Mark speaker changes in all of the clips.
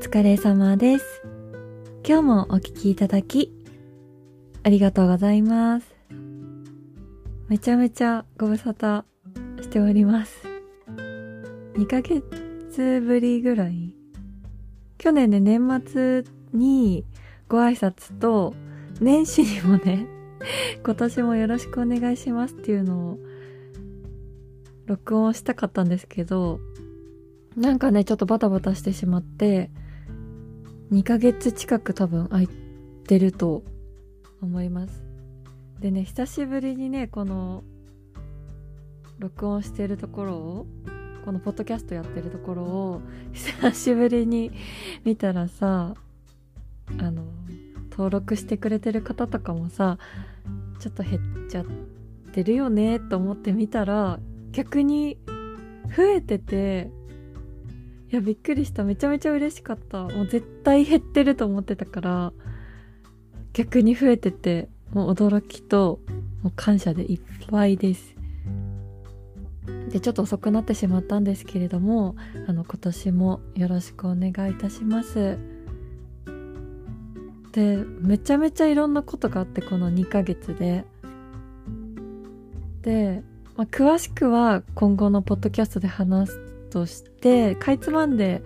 Speaker 1: 疲れ様です。今日もお聞きいただきありがとうございます。めちゃめちゃご無沙汰しております。2ヶ月ぶりぐらい。去年ね、年末にご挨拶と年始にもね、今年もよろしくお願いしますっていうのを録音したかったんですけど、なんかね、ちょっとバタバタしてしまって2ヶ月近く多分空いてると思います。でね、久しぶりにね、この録音してるところを、このポッドキャストやってるところを久しぶりに見たらさ、登録してくれてる方とかもさ、ちょっと減っちゃってるよねと思ってみたら、逆に増えてて、いやびっくりした。めちゃめちゃ嬉しかった。もう絶対減ってると思ってたから、逆に増えてて、もう驚きともう感謝でいっぱいです。で、ちょっと遅くなってしまったんですけれども、今年もよろしくお願いいたします。で、めちゃめちゃいろんなことがあって、この2ヶ月で。で、詳しくは今後のポッドキャストで話すとして、かいつまんで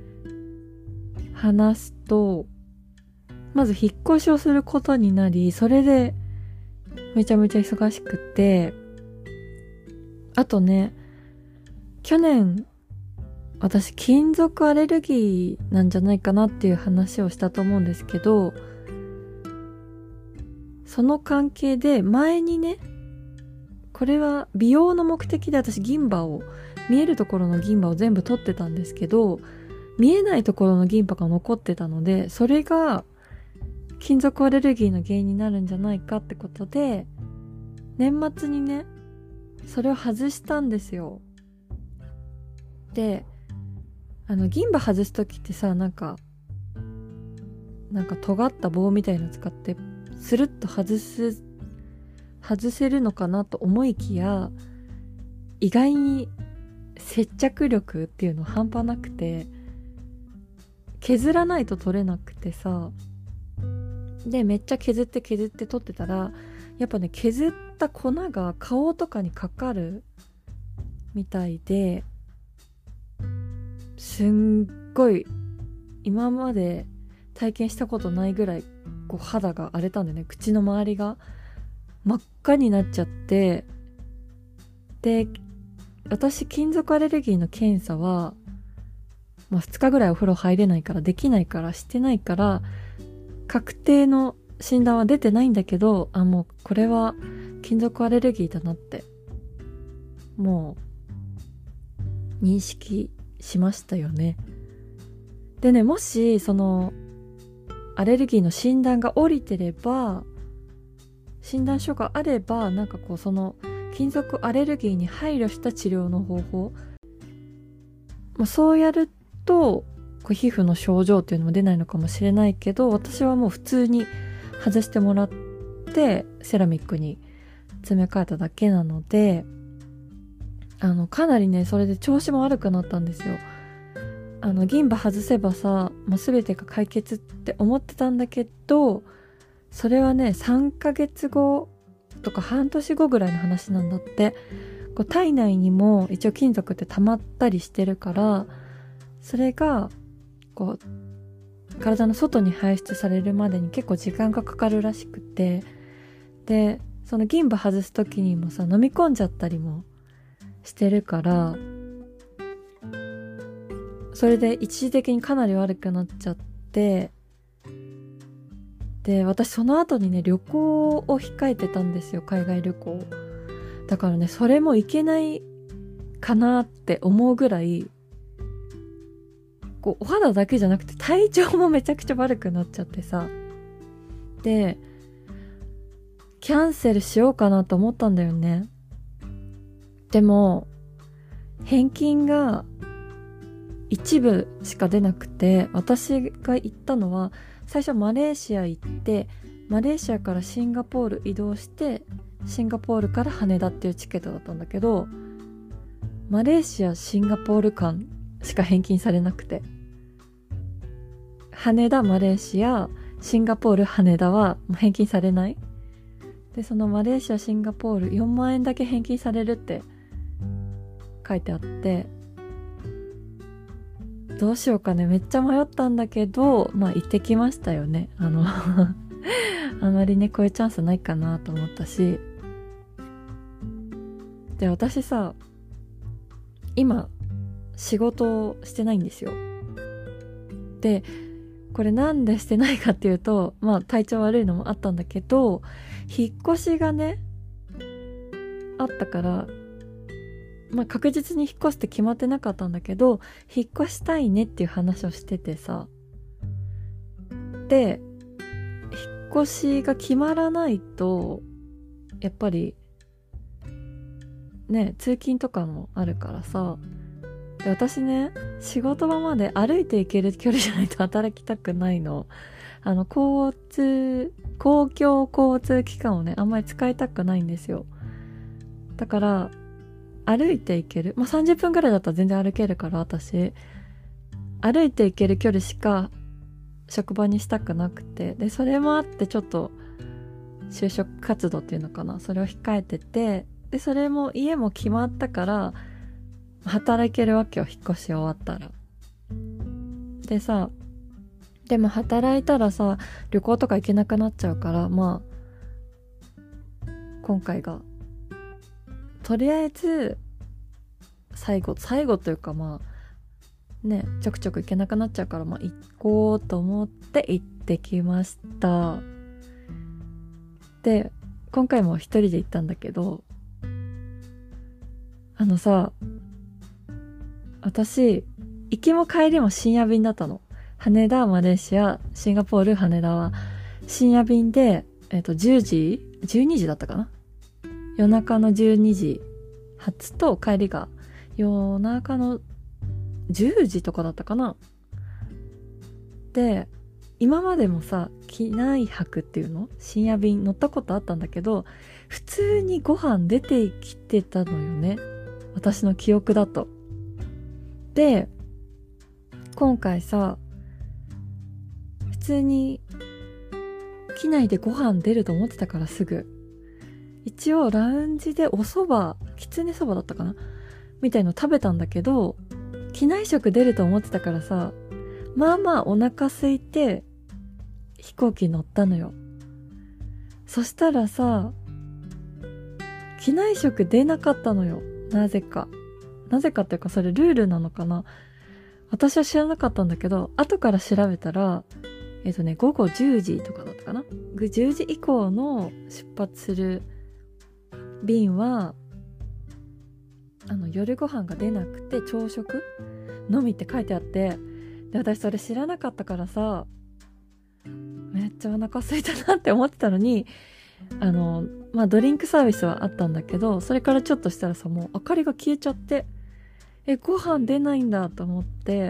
Speaker 1: 話すと、まず引っ越しをすることになり、それでめちゃめちゃ忙しくて、あとね、去年私金属アレルギーなんじゃないかなっていう話をしたと思うんですけど、その関係で前にね、これは美容の目的で私銀歯を、見えるところの銀歯を全部取ってたんですけど、見えないところの銀歯が残ってたので、それが金属アレルギーの原因になるんじゃないかってことで、年末にね、それを外したんですよ。で、銀歯外すときってさ、なんか尖った棒みたいの使ってスルッと外せるのかなと思いきや、意外に接着力っていうの半端なくて、削らないと取れなくてさ、でめっちゃ削って取ってたら、やっぱね、削った粉が顔とかにかかるみたいで、すんごい今まで体験したことないぐらいこう肌が荒れたんでね、口の周りが真っ赤になっちゃって、で私金属アレルギーの検査は、2日ぐらいお風呂入れないから、できないから、してないから、確定の診断は出てないんだけど、もうこれは金属アレルギーだなってもう認識しましたよね。でね、もしそのアレルギーの診断が下りてれば、診断書があれば、なんかこうその金属アレルギーに配慮した治療の方法、そうやるとこう皮膚の症状っていうのも出ないのかもしれないけど、私はもう普通に外してもらってセラミックに詰め替えただけなので、かなりね、それで調子も悪くなったんですよ。銀歯外せばさ、もう全てが解決って思ってたんだけど、それはね、3ヶ月後とか半年後ぐらいの話なんだって。こう体内にも一応金属って溜まったりしてるから、それがこう体の外に排出されるまでに結構時間がかかるらしくて、でその銀歯外す時にもさ、飲み込んじゃったりもしてるから、それで一時的にかなり悪くなっちゃって、で私その後にね、旅行を控えてたんですよ、海外旅行だからね、それも行けないかなって思うぐらい、こうお肌だけじゃなくて体調もめちゃくちゃ悪くなっちゃってさ、でキャンセルしようかなと思ったんだよね。でも返金が一部しか出なくて、私が行ったのは最初マレーシア行って、マレーシアからシンガポール移動して、シンガポールから羽田っていうチケットだったんだけど、マレーシアシンガポール間しか返金されなくて、 羽田、マレーシア、シンガポール、羽田はもう返金されない。で、そのマレーシア、シンガポール4万円だけ返金されるって書いてあって、どうしようかね、めっちゃ迷ったんだけど、まあ行ってきましたよね。あまりね、こういうチャンスないかなと思ったし。で、私さ、今、仕事をしてないんですよ。で、これなんでしてないかっていうと、まあ体調悪いのもあったんだけど、引っ越しがね、あったから、まあ確実に引っ越すって決まってなかったんだけど、引っ越したいねっていう話をしててさ。で、引っ越しが決まらないと、やっぱり、ね、通勤とかもあるからさ。で、私ね、仕事場まで歩いて行ける距離じゃないと働きたくないの。公共交通機関をね、あんまり使いたくないんですよ。だから、歩いて行ける。まあ、30分くらいだったら全然歩けるから、私。歩いて行ける距離しか職場にしたくなくて。で、それもあってちょっと、就職活動っていうのかな。それを控えてて、で、それも家も決まったから、働けるわけよ、引っ越し終わったら。でさ、でも働いたらさ、旅行とか行けなくなっちゃうから、まあ、今回が、とりあえず、最後というかまあ、ね、ちょくちょく行けなくなっちゃうから、まあ行こうと思って行ってきました。で、今回も一人で行ったんだけど、さ、私、行きも帰りも深夜便だったの。羽田、マレーシア、シンガポール、羽田は深夜便で、10時 ?12 時だったかな。夜中の12時発と帰りが夜中の10時とかだったかな。で、今までもさ、機内泊っていうの？深夜便乗ったことあったんだけど、普通にご飯出てきてたのよね。私の記憶だと。で、今回さ、普通に機内でご飯出ると思ってたからすぐ。一応ラウンジでお蕎麦、きつねそばだったかなみたいの食べたんだけど、機内食出ると思ってたからさ、まあまあお腹空いて飛行機乗ったのよ。そしたらさ、機内食出なかったのよ。なぜか。なぜかっていうかそれルールなのかな。私は知らなかったんだけど、後から調べたら、午後10時とかだったかな。10時以降の出発する便は、夜ご飯が出なくて朝食のみって書いてあって、で、私それ知らなかったからさ、めっちゃお腹空いたなって思ってたのに、まあ、ドリンクサービスはあったんだけど、それからちょっとしたらさ、もう明かりが消えちゃって、ご飯出ないんだと思って、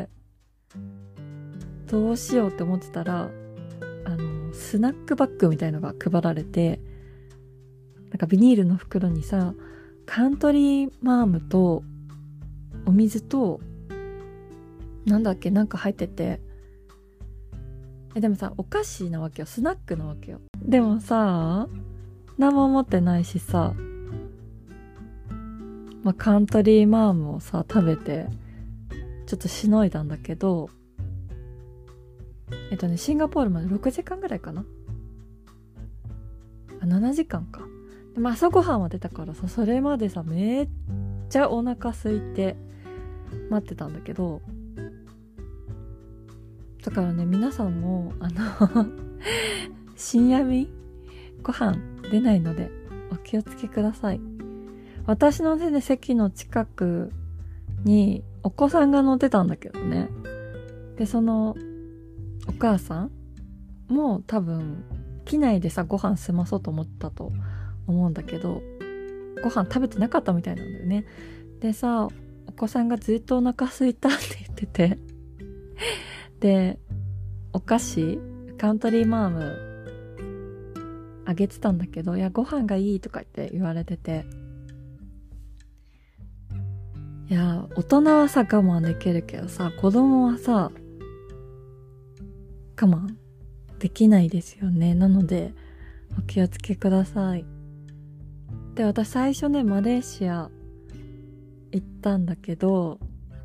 Speaker 1: どうしようって思ってたら、スナックバッグみたいのが配られて、なんかビニールの袋にさ、カントリーマームと、お水と、なんだっけ、なんか入ってて、でもさ、お菓子なわけよ。スナックなわけよ。でもさ、何も持ってないしさ、まあ、カントリーマームをさ、食べて、ちょっとしのいだんだけど、シンガポールまで6時間ぐらいかな。7時間か。でも朝ごはんは出たからさ、それまでさ、めっちゃお腹空いて待ってたんだけど、だからね、皆さんも、深夜便ご飯出ないのでお気をつけください。私のね、席の近くにお子さんが乗ってたんだけどね。で、そのお母さんも多分機内でさ、ご飯済まそうと思ったと思うんだけど、ご飯食べてなかったみたいなんだよね。でさ、お子さんがずっとお腹空いたって言っててで、お菓子カントリーマームあげてたんだけど、いや、ご飯がいいとか言って言われてて、いや、大人はさ我慢できるけどさ、子供はさ我慢できないですよね。なのでお気をつけください。で、私最初ねマレーシア行ったんだけど、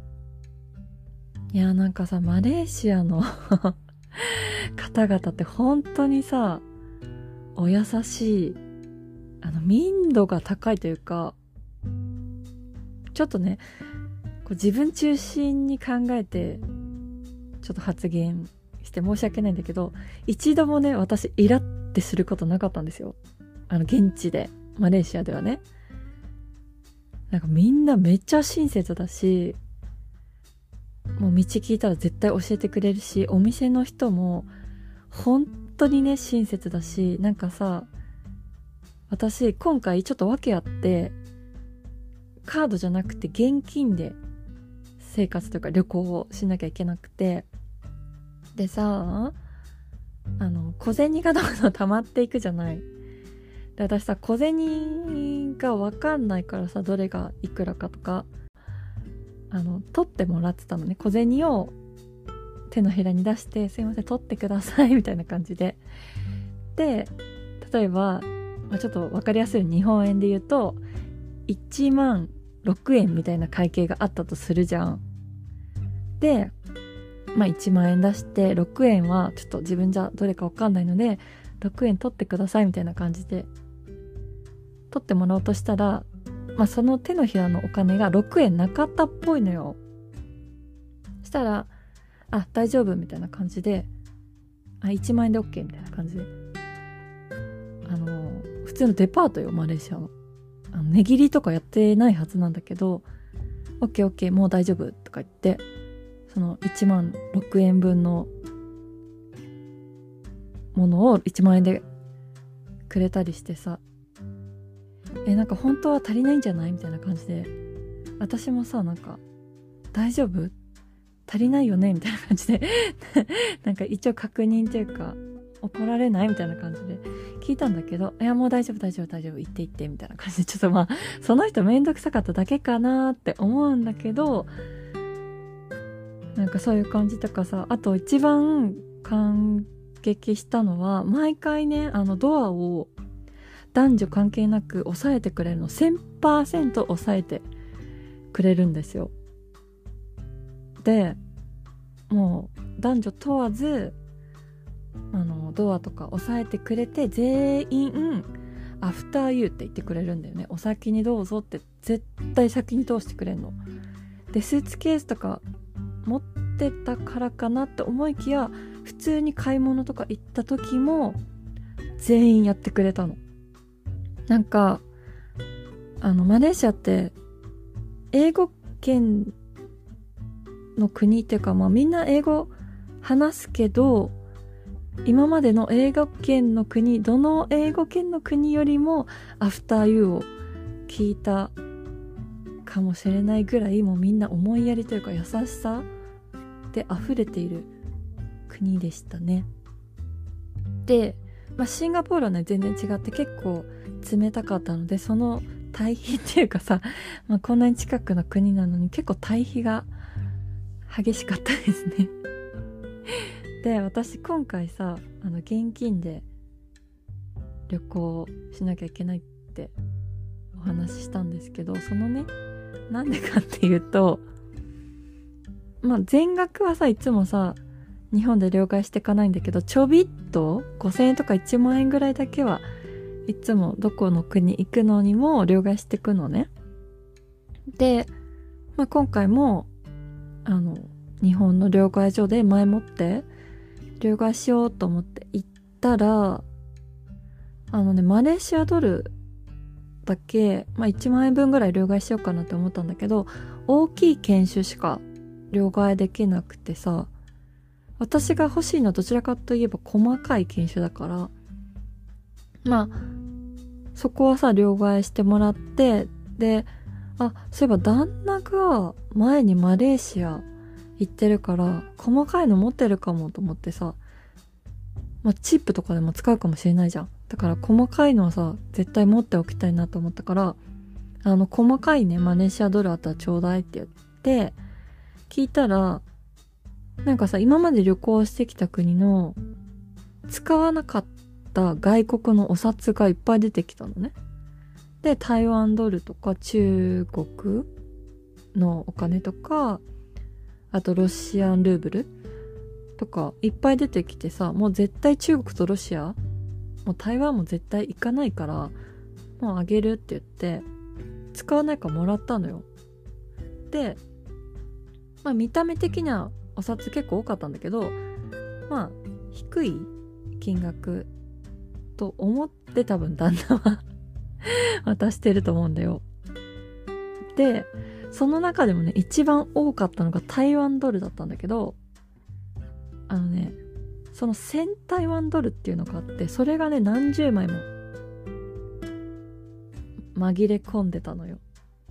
Speaker 1: いやなんかさ、マレーシアの方々って本当にさ、お優しい、民度が高いというか、ちょっとねこう自分中心に考えてちょっと発言して申し訳ないんだけど、一度もね私イラってすることなかったんですよ。現地で、マレーシアではね、なんかみんなめっちゃ親切だし、もう道聞いたら絶対教えてくれるし、お店の人も本当にね親切だし、なんかさ、私今回ちょっと訳あってカードじゃなくて現金で生活というか旅行をしなきゃいけなくて、でさ、小銭がどんどん溜まっていくじゃない。で、私さ小銭が分かんないからさ、どれがいくらかとか取ってもらってたのね。小銭を手のひらに出して、すいません取ってくださいみたいな感じで、で例えば、ちょっと分かりやすい日本円で言うと1万6円みたいな会計があったとするじゃん。で、1万円出して6円はちょっと自分じゃどれか分かんないので6円取ってくださいみたいな感じで取ってもらおうとしたら、その手のひらのお金が6円なかったっぽいのよ。したら大丈夫みたいな感じで、1万円で OK みたいな感じで、普通のデパートよ、マレーシアの。値切りとかやってないはずなんだけど、 OK もう大丈夫とか言って、その1万6円分のものを1万円でくれたりしてさ、なんか本当は足りないんじゃないみたいな感じで、私もさ、なんか大丈夫足りないよねみたいな感じでなんか一応確認というか、怒られないみたいな感じで聞いたんだけど、いやもう大丈夫行ってみたいな感じで、ちょっとその人めんどくさかっただけかなって思うんだけど、なんかそういう感じとかさ、あと一番感激したのは、毎回ねドアを男女関係なく抑えてくれるの。 1000% 抑えてくれるんですよ。で、もう男女問わずドアとか押さえてくれて、全員アフターユーって言ってくれるんだよね。お先にどうぞって絶対先に通してくれるので、スーツケースとか持ってたからかなって思いきや、普通に買い物とか行った時も全員やってくれたの。なんかマレーシアって英語圏の国っていうか、みんな英語話すけど、今までの英語圏の国、どの英語圏の国よりもアフターユーを聞いたかもしれないぐらい、もうみんな思いやりというか優しさで溢れている国でしたね。で、シンガポールはね全然違って結構冷たかったので、その対比っていうかさ、こんなに近くの国なのに結構対比が激しかったですねで、私今回さ現金で旅行しなきゃいけないってお話ししたんですけど、そのね、なんでかっていうと、全額はさいつもさ日本で両替していかないんだけど、ちょびっと5000円とか1万円ぐらいだけはいつもどこの国行くのにも両替していくのね。で、今回も日本の両替所で前もって両替しようと思って行ったら、マレーシアドルだけ、1万円分ぐらい両替しようかなって思ったんだけど、大きい犬種しか両替できなくてさ、私が欲しいのはどちらかといえば細かい犬種だから、そこはさ両替してもらって、で、そういえば旦那が前にマレーシア行ってるから細かいの持ってるかもと思ってさ、チップとかでも使うかもしれないじゃん。だから細かいのはさ絶対持っておきたいなと思ったから、細かいねマレーシアドルあったらちょうだいって言って聞いたら、 なんかさ、今まで旅行してきた国の使わなかった外国のお札がいっぱい出てきたのね。で、台湾ドルとか中国のお金とか、あとロシアンルーブルとかいっぱい出てきてさ、もう絶対中国とロシア、もう台湾も絶対行かないから、もうあげるって言って、使わないからもらったのよ。で、まあ見た目的にはお札結構多かったんだけど、まあ低い金額と思って多分旦那は渡してると思うんだよ。で、その中でもね、一番多かったのが台湾ドルだったんだけど、その1000台湾ドルっていうのがあって、それがね、何十枚も紛れ込んでたのよ。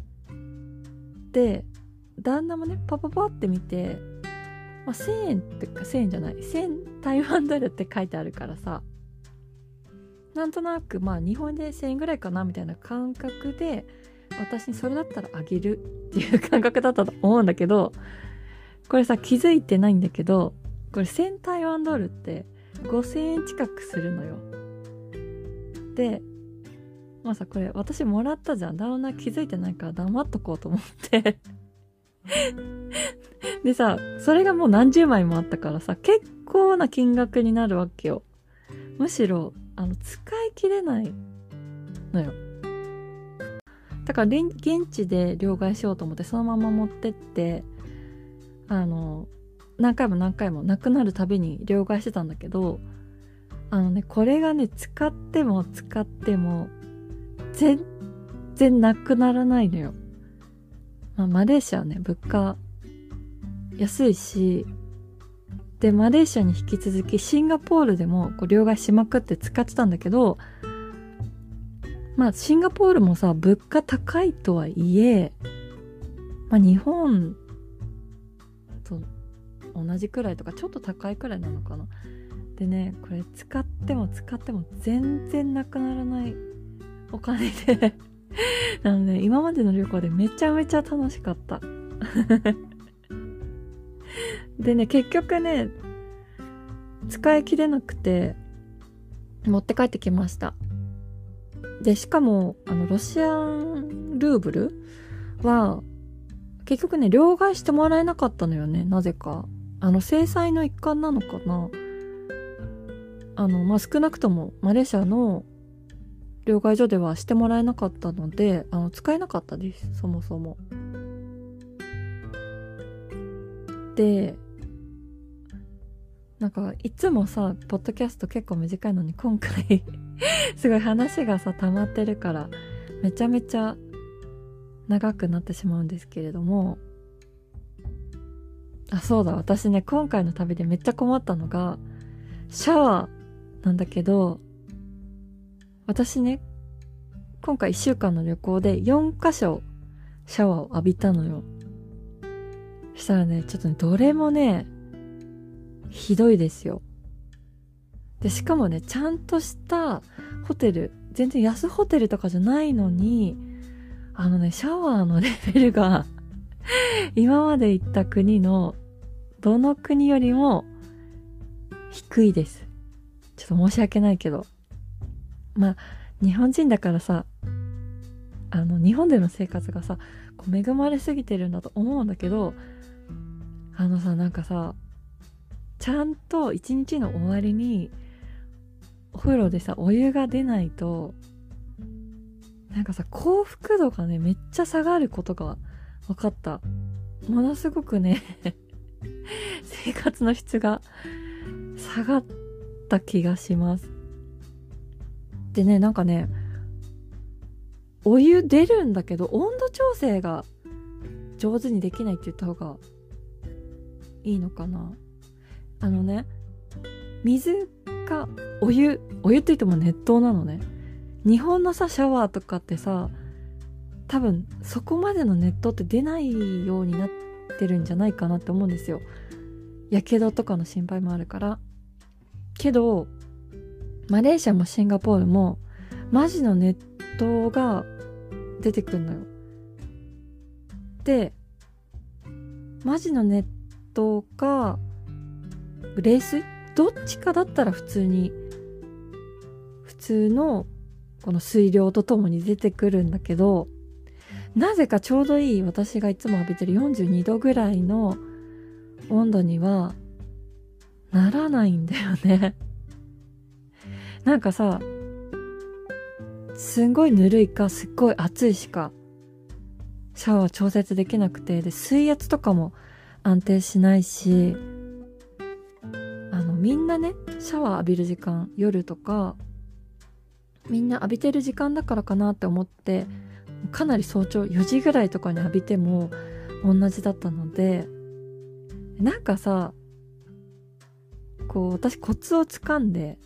Speaker 1: で、旦那もね、パパパって見て、まあ、1000円ってか、1000円じゃない、1000台湾ドルって書いてあるからさ、なんとなくまあ日本で1000円ぐらいかなみたいな感覚で、私にそれだったらあげるっていう感覚だったと思うんだけど、これさ、気づいてないんだけど、これ1000台湾ドルって5000円近くするのよ。で、まあさ、これ私もらったじゃん。旦那気づいてないから黙っとこうと思ってでさ、それがもう何十枚もあったからさ、結構な金額になるわけよ。むしろ使い切れないのよ。だから現地で両替しようと思ってそのまま持ってって、何回も何回もなくなるたびに両替してたんだけど、これがね、使っても使っても全然なくならないのよ。まあ、マレーシアはね、物価安いし、でマレーシアに引き続きシンガポールでもこう両替しまくって使ってたんだけど、まあシンガポールもさ、物価高いとはいえ、まあ日本と同じくらいとかちょっと高いくらいなのかな。でね、これ使っても使っても全然なくならないお金でなので、今までの旅行でめちゃめちゃ楽しかったでね、結局ね、使い切れなくて持って帰ってきました。で、しかもロシアンルーブルは結局ね、両替してもらえなかったのよね。なぜか制裁の一環なのかな。まあ、少なくともマレーシアの両替所ではしてもらえなかったので、使えなかったです、そもそも。で、なんかいつもさ、ポッドキャスト結構短いのに今回すごい話がさ溜まってるからめちゃめちゃ長くなってしまうんですけれども、あ、そうだ、私ね、今回の旅でめっちゃ困ったのがシャワーなんだけど、私ね、今回1週間の旅行で4カ所シャワーを浴びたのよ。そしたらね、ちょっとね、どれもね、ひどいですよ。で、しかもね、ちゃんとしたホテル、全然安ホテルとかじゃないのに、シャワーのレベルが今まで行った国のどの国よりも低いです。ちょっと申し訳ないけど。まあ、日本人だからさ、日本での生活がさ、こう恵まれすぎてるんだと思うんだけど、なんかさ、ちゃんと一日の終わりにお風呂でさ、お湯が出ないと、なんかさ、幸福度がね、めっちゃ下がることが分かった。ものすごくね生活の質が下がった気がします。でね、なんかね、お湯出るんだけど温度調整が上手にできないって言った方がいいのかな。水かお湯って言っても熱湯なのね。日本のさ、シャワーとかってさ、多分そこまでの熱湯って出ないようになってるんじゃないかなって思うんですよ。やけどとかの心配もあるから。けどマレーシアもシンガポールもマジの熱湯が出てくるのよ。で、マジの熱湯か冷水どっちかだったら普通のこの水量とともに出てくるんだけど、なぜかちょうどいい私がいつも浴びてる42度ぐらいの温度にはならないんだよね。なんかさ、すんごいぬるいかすっごい熱いしかシャワー調節できなくて、で水圧とかも安定しないし、みんなねシャワー浴びる時間夜とかみんな浴びてる時間だからかなって思って、かなり早朝4時ぐらいとかに浴びても同じだったので、なんかさ、こう私コツをつかんで、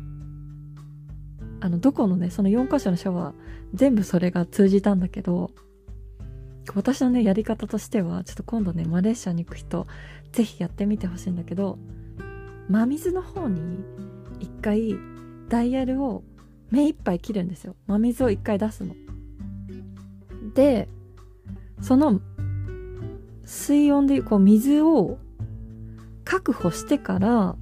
Speaker 1: どこのねその4箇所のシャワー全部それが通じたんだけど、私のねやり方としては、ちょっと今度ねマレーシアに行く人ぜひやってみてほしいんだけど、真水の方に一回ダイヤルを目いっぱい切るんですよ。真水を一回出すので、その水温でこう水を確保してから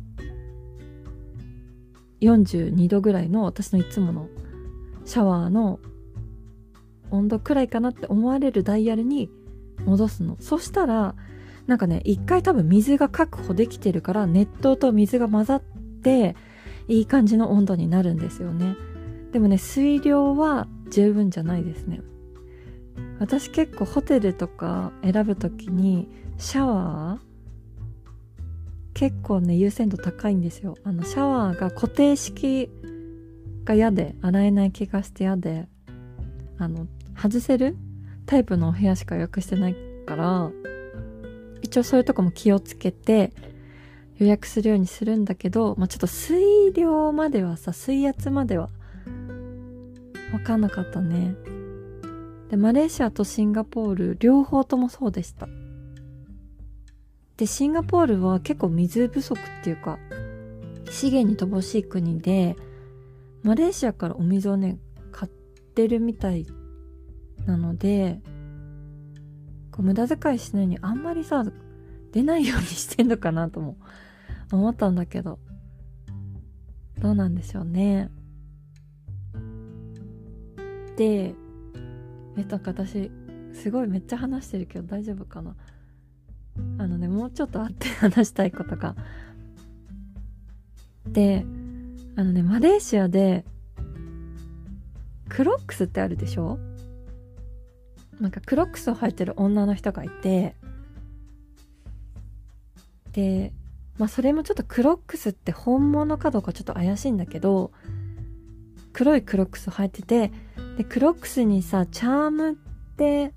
Speaker 1: 42度ぐらいの私のいつものシャワーの温度くらいかなって思われるダイヤルに戻すの。そしたらなんかね、一回多分水が確保できてるから、熱湯と水が混ざっていい感じの温度になるんですよね。でもね、水量は十分じゃないですね。私結構ホテルとか選ぶときにシャワー結構ね優先度高いんですよ。シャワーが固定式が嫌で、洗えない気がして嫌で、外せるタイプのお部屋しか予約してないから、一応そういうとこも気をつけて予約するようにするんだけど、ちょっと水量まではさ、水圧までは分かんなかったね。でマレーシアとシンガポール両方ともそうでした。でシンガポールは結構水不足っていうか資源に乏しい国で、マレーシアからお水をね買ってるみたいなので、こう無駄遣いしないようにあんまりさ出ないようにしてんのかなとも思ったんだけど、どうなんでしょうね。でなんか私すごいめっちゃ話してるけど大丈夫かな。もうちょっとあって話したいことがで、マレーシアでクロックスってあるでしょ。なんかクロックスを履いてる女の人がいて、でそれもちょっとクロックスって本物かどうかちょっと怪しいんだけど、黒いクロックスを履いてて、でクロックスにさチャームって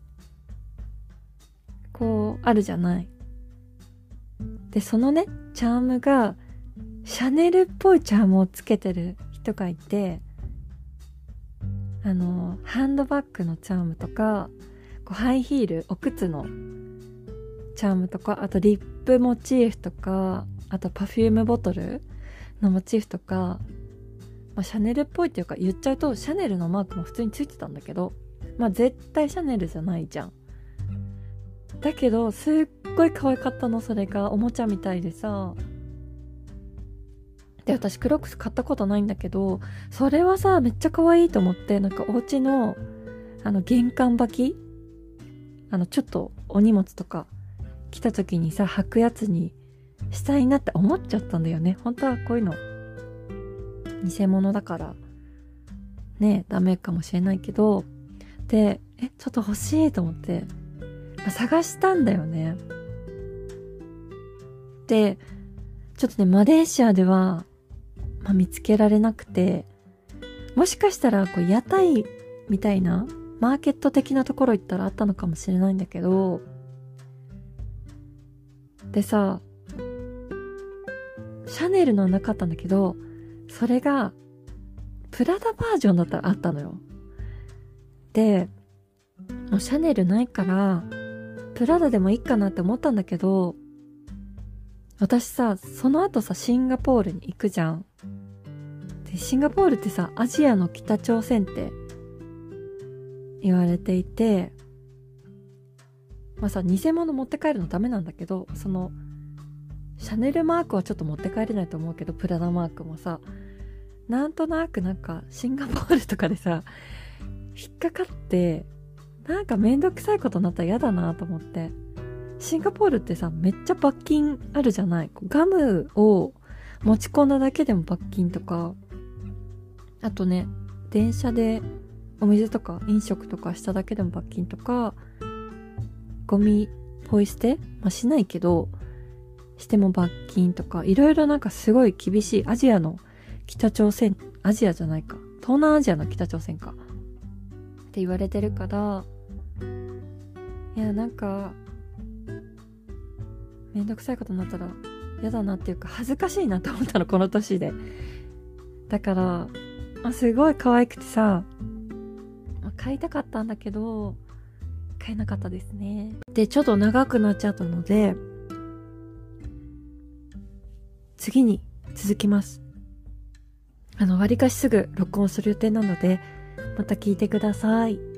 Speaker 1: こうあるじゃない。でそのねチャームがシャネルっぽいチャームをつけてる人がいて、ハンドバッグのチャームとか、こうハイヒールお靴のチャームとか、あとリップモチーフとか、あとパフュームボトルのモチーフとか、シャネルっぽいっていうか、言っちゃうとシャネルのマークも普通についてたんだけど、絶対シャネルじゃないじゃん。だけどすっごい可愛かったの。それがおもちゃみたいでさ、で私クロックス買ったことないんだけど、それはさめっちゃ可愛いと思って、なんかお家の玄関履き、ちょっとお荷物とか来た時にさ履くやつにしたいなって思っちゃったんだよね。本当はこういうの偽物だからねダメかもしれないけど、でちょっと欲しいと思って探したんだよね。でちょっとねマレーシアでは、見つけられなくて、もしかしたらこう屋台みたいなマーケット的なところ行ったらあったのかもしれないんだけど、でさシャネルのなかったんだけど、それがプラダバージョンだったらあったのよ。でもうシャネルないからプラダでもいいかなって思ったんだけど、私さその後さシンガポールに行くじゃん。でシンガポールってさアジアの北朝鮮って言われていて、偽物持って帰るのダメなんだけど、そのシャネルマークはちょっと持って帰れないと思うけど、プラダマークもさ、なんとなくなんかシンガポールとかでさ引っかかって、なんかめんどくさいことになったら嫌だなと思って。シンガポールってさ、めっちゃ罰金あるじゃない。ガムを持ち込んだだけでも罰金とか、あとね、電車でお水とか飲食とかしただけでも罰金とか、ゴミポイ捨て、しないけどしても罰金とか、いろいろなんかすごい厳しい。アジアの北朝鮮、アジアじゃないか、東南アジアの北朝鮮かって言われてるから、いやなんかめんどくさいことになったら嫌だなっていうか、恥ずかしいなと思ったの、この年で。だからすごい可愛くてさ、買いたかったんだけど買えなかったですね。で、ちょっと長くなっちゃったので次に続きます。わりかしすぐ録音する予定なので、また聞いてください。